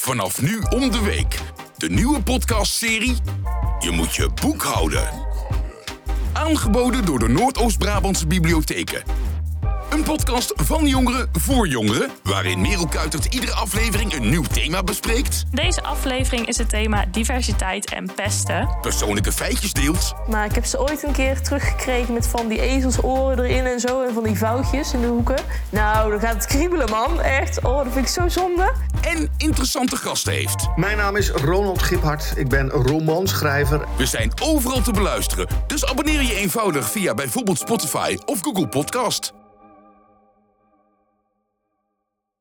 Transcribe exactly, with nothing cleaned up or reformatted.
Vanaf nu om de week. De nieuwe podcastserie Je moet je boek houden. Aangeboden door de Noordoost-Brabantse Bibliotheken. Een podcast van jongeren voor jongeren, waarin Merel Kuitert iedere aflevering een nieuw thema bespreekt. Deze aflevering is het thema diversiteit en pesten. Persoonlijke feitjes deelt. Maar ik heb ze ooit een keer teruggekregen met van die ezelsoren erin en zo. En van die vouwtjes in de hoeken. Nou, dan gaat het kriebelen, man. Echt. Oh, dat vind ik zo zonde. En interessante gasten heeft. Mijn naam is Ronald Giphart. Ik ben romanschrijver. We zijn overal te beluisteren. Dus abonneer je eenvoudig via bijvoorbeeld Spotify of Google Podcast.